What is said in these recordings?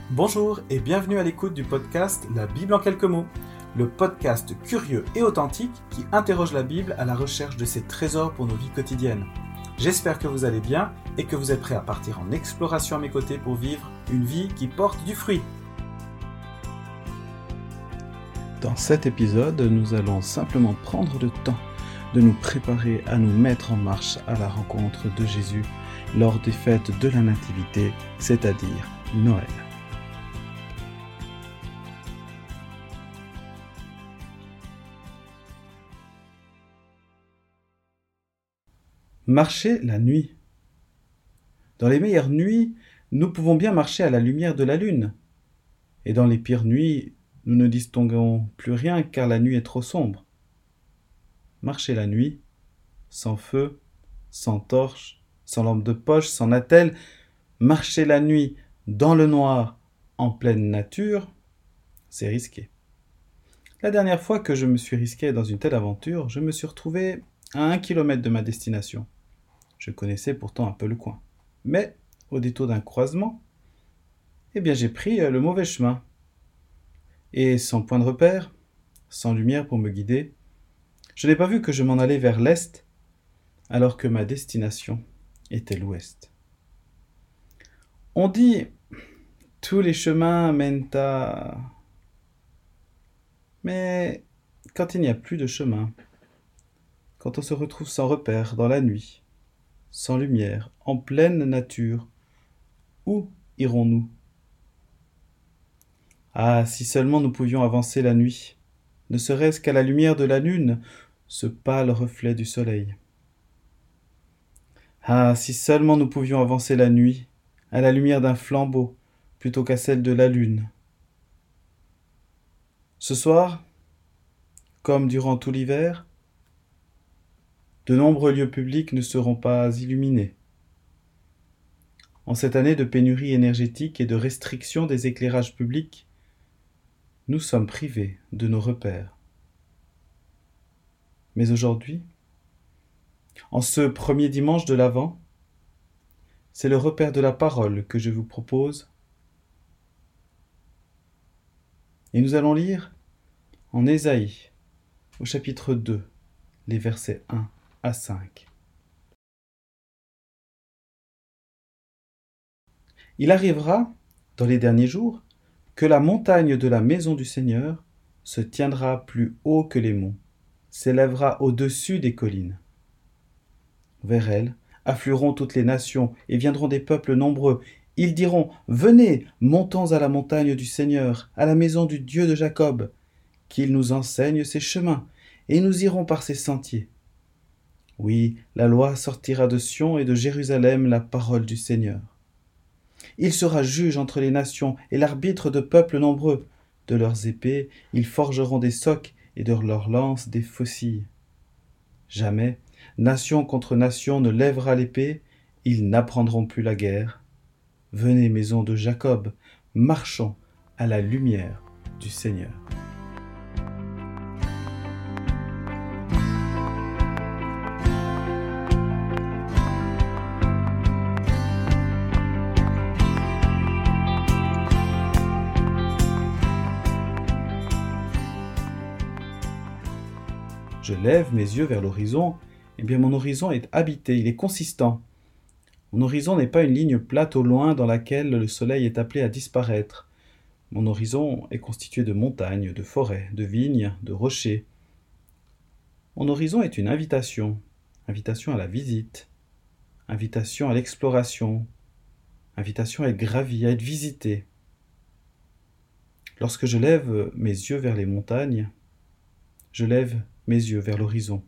Bonjour et bienvenue à l'écoute du podcast La Bible en quelques mots, le podcast curieux et authentique qui interroge la Bible à la recherche de ses trésors pour nos vies quotidiennes. J'espère que vous allez bien et que vous êtes prêts à partir en exploration à mes côtés pour vivre une vie qui porte du fruit. Dans cet épisode, nous allons simplement prendre le temps de nous préparer à nous mettre en marche à la rencontre de Jésus lors des fêtes de la Nativité, c'est-à-dire Noël. Marcher la nuit. Dans les meilleures nuits, nous pouvons bien marcher à la lumière de la lune. Et dans les pires nuits, nous ne distinguons plus rien car la nuit est trop sombre. Marcher la nuit, sans feu, sans torche, sans lampe de poche, sans attelle, marcher la nuit dans le noir, en pleine nature, c'est risqué. La dernière fois que je me suis risqué dans une telle aventure, je me suis retrouvé à 1 kilomètre de ma destination. Je connaissais pourtant un peu le coin. Mais, au détour d'un croisement, j'ai pris le mauvais chemin. Et sans point de repère, sans lumière pour me guider, je n'ai pas vu que je m'en allais vers l'est, alors que ma destination était l'ouest. On dit « tous les chemins mènent à… » Mais quand il n'y a plus de chemin, quand on se retrouve sans repère dans la nuit, sans lumière, en pleine nature, où irons-nous ? Ah, si seulement nous pouvions avancer la nuit, ne serait-ce qu'à la lumière de la lune, ce pâle reflet du soleil. Ah, si seulement nous pouvions avancer la nuit, à la lumière d'un flambeau, plutôt qu'à celle de la lune. Ce soir, comme durant tout l'hiver, de nombreux lieux publics ne seront pas illuminés. En cette année de pénurie énergétique et de restriction des éclairages publics, nous sommes privés de nos repères. Mais aujourd'hui, en ce premier dimanche de l'Avent, c'est le repère de la parole que je vous propose. Et nous allons lire en Ésaïe, au chapitre 2, les versets 1 à 5. Il arrivera, dans les derniers jours, que la montagne de la maison du Seigneur se tiendra plus haut que les monts, s'élèvera au-dessus des collines. Vers elle afflueront toutes les nations et viendront des peuples nombreux. Ils diront « Venez, montons à la montagne du Seigneur, à la maison du Dieu de Jacob, qu'il nous enseigne ses chemins, et nous irons par ses sentiers. » Oui, la loi sortira de Sion et de Jérusalem la parole du Seigneur. Il sera juge entre les nations et l'arbitre de peuples nombreux. De leurs épées, ils forgeront des socs et de leurs lances des faucilles. Jamais, nation contre nation ne lèvera l'épée, ils n'apprendront plus la guerre. Venez, maison de Jacob, marchons à la lumière du Seigneur. Je lève mes yeux vers l'horizon, mon horizon est habité, il est consistant. Mon horizon n'est pas une ligne plate au loin dans laquelle le soleil est appelé à disparaître. Mon horizon est constitué de montagnes, de forêts, de vignes, de rochers. Mon horizon est une invitation, invitation à la visite, invitation à l'exploration, invitation à être gravi, à être visité. Lorsque je lève mes yeux vers les montagnes, je lève mes yeux vers l'horizon.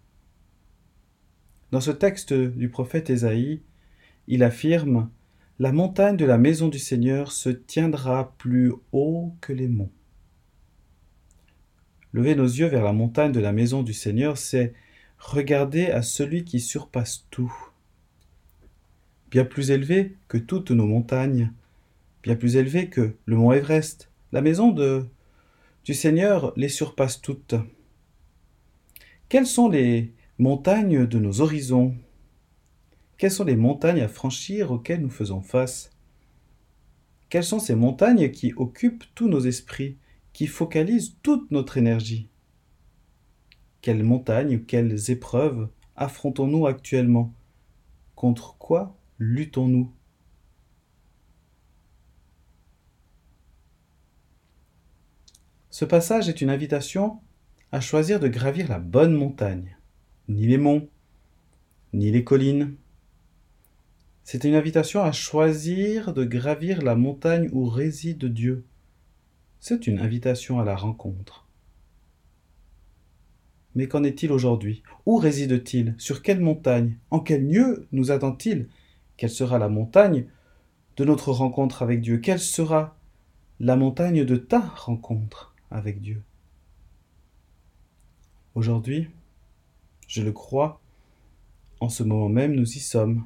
Dans ce texte du prophète Ésaïe, il affirme « La montagne de la maison du Seigneur se tiendra plus haut que les monts. » Lever nos yeux vers la montagne de la maison du Seigneur, c'est regarder à celui qui surpasse tout. Bien plus élevé que toutes nos montagnes, bien plus élevé que le mont Everest, la maison du Seigneur les surpasse toutes. Quelles sont les montagnes de nos horizons ? Quelles sont les montagnes à franchir auxquelles nous faisons face ? Quelles sont ces montagnes qui occupent tous nos esprits, qui focalisent toute notre énergie? Quelles montagnes, quelles épreuves affrontons-nous actuellement? Contre quoi luttons-nous? Ce passage est une invitation à choisir de gravir la bonne montagne. Ni les monts, ni les collines. C'est une invitation à choisir de gravir la montagne où réside Dieu. C'est une invitation à la rencontre. Mais qu'en est-il aujourd'hui? Où réside-t-il? Sur quelle montagne? En quel lieu nous attend-il? Quelle sera la montagne de notre rencontre avec Dieu? Quelle sera la montagne de ta rencontre avec Dieu? Aujourd'hui, je le crois, en ce moment même, nous y sommes.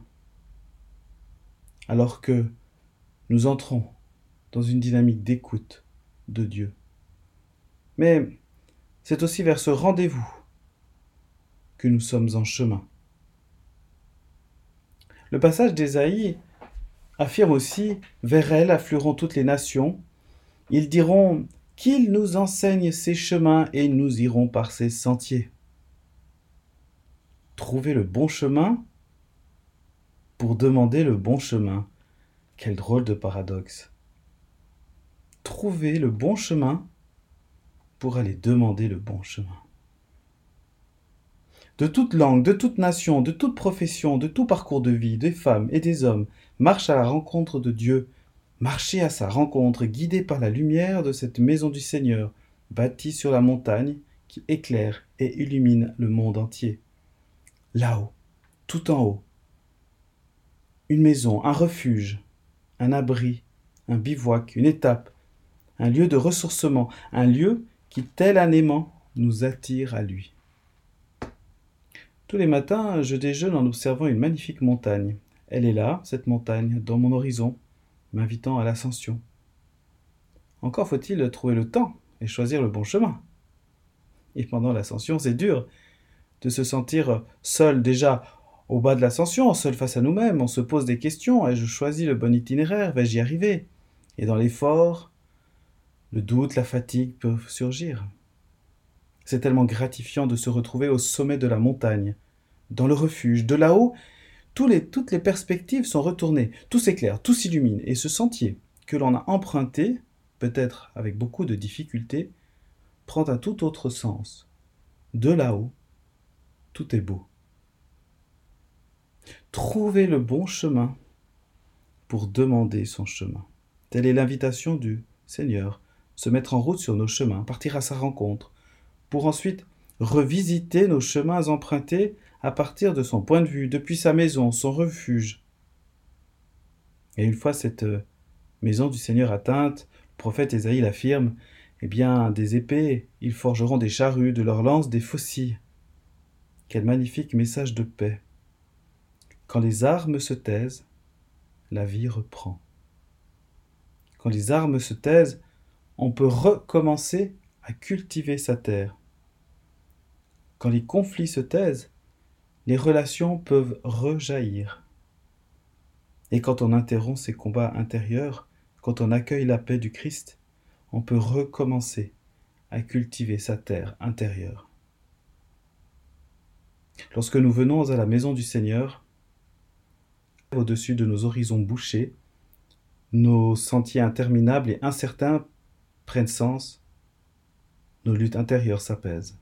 Alors que nous entrons dans une dynamique d'écoute de Dieu. Mais c'est aussi vers ce rendez-vous que nous sommes en chemin. Le passage d'Ésaïe affirme aussi « Vers elle afflueront toutes les nations. Ils diront qu'il nous enseigne ses chemins et nous irons par ses sentiers. » Trouver le bon chemin pour demander le bon chemin. Quel drôle de paradoxe. Trouver le bon chemin pour aller demander le bon chemin. De toute langue, de toute nation, de toute profession, de tout parcours de vie, des femmes et des hommes marchent à la rencontre de Dieu. Marcher à sa rencontre, guidés par la lumière de cette maison du Seigneur, bâtie sur la montagne qui éclaire et illumine le monde entier. Là-haut, tout en haut, une maison, un refuge, un abri, un bivouac, une étape, un lieu de ressourcement, un lieu qui, tel un aimant, nous attire à lui. Tous les matins, je déjeune en observant une magnifique montagne. Elle est là, cette montagne, dans mon horizon, m'invitant à l'ascension. Encore faut-il trouver le temps et choisir le bon chemin. Et pendant l'ascension, c'est dur de se sentir seul déjà au bas de l'ascension, seul face à nous-mêmes. On se pose des questions. Ai-je choisi le bon itinéraire? Vais-je y arriver? Et dans l'effort, le doute, la fatigue peuvent surgir. C'est tellement gratifiant de se retrouver au sommet de la montagne, dans le refuge. De là-haut, toutes les perspectives sont retournées, tout s'éclaire, tout s'illumine, et ce sentier que l'on a emprunté, peut-être avec beaucoup de difficultés, prend un tout autre sens. De là-haut, tout est beau. Trouver le bon chemin pour demander son chemin. Telle est l'invitation du Seigneur, se mettre en route sur nos chemins, partir à sa rencontre, pour ensuite revisiter nos chemins empruntés à partir de son point de vue, depuis sa maison, son refuge. Et une fois cette maison du Seigneur atteinte, le prophète Ésaïe l'affirme, eh bien, des épées, ils forgeront des charrues, de leurs lances des faucilles. Quel magnifique message de paix. Quand les armes se taisent, la vie reprend. Quand les armes se taisent, on peut recommencer à cultiver sa terre. Quand les conflits se taisent, les relations peuvent rejaillir. Et quand on interrompt ces combats intérieurs, quand on accueille la paix du Christ, on peut recommencer à cultiver sa terre intérieure. Lorsque nous venons à la maison du Seigneur, au-dessus de nos horizons bouchés, nos sentiers interminables et incertains prennent sens, nos luttes intérieures s'apaisent.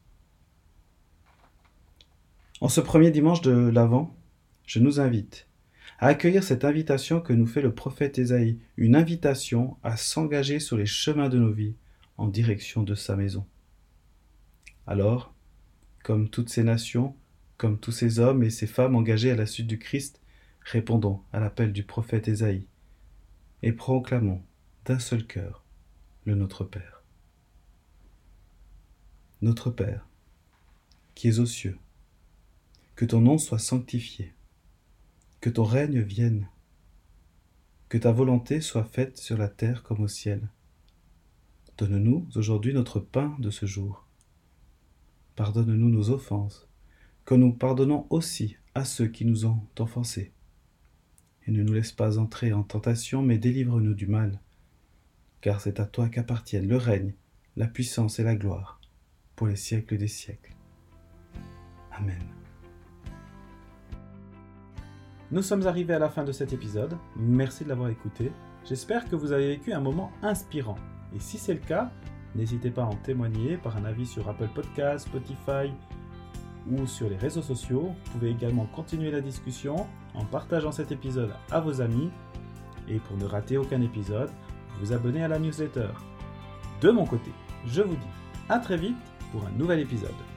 En ce premier dimanche de l'Avent, je nous invite à accueillir cette invitation que nous fait le prophète Ésaïe, une invitation à s'engager sur les chemins de nos vies en direction de sa maison. Alors, comme toutes ces nations, comme tous ces hommes et ces femmes engagés à la suite du Christ, répondons à l'appel du prophète Ésaïe et proclamons d'un seul cœur le Notre Père. Notre Père, qui es aux cieux, que ton nom soit sanctifié, que ton règne vienne, que ta volonté soit faite sur la terre comme au ciel. Donne-nous aujourd'hui notre pain de ce jour. Pardonne-nous nos offenses, comme nous pardonnons aussi à ceux qui nous ont offensés. et ne nous laisse pas entrer en tentation, mais délivre-nous du mal. Car c'est à toi qu'appartiennent le règne, la puissance et la gloire, pour les siècles des siècles. Amen. Nous sommes arrivés à la fin de cet épisode. Merci de l'avoir écouté. J'espère que vous avez vécu un moment inspirant. Et si c'est le cas, n'hésitez pas à en témoigner par un avis sur Apple Podcasts, Spotify ou sur les réseaux sociaux. Vous pouvez également continuer la discussion en partageant cet épisode à vos amis. Et pour ne rater aucun épisode, vous abonner à la newsletter. De mon côté, je vous dis à très vite pour un nouvel épisode.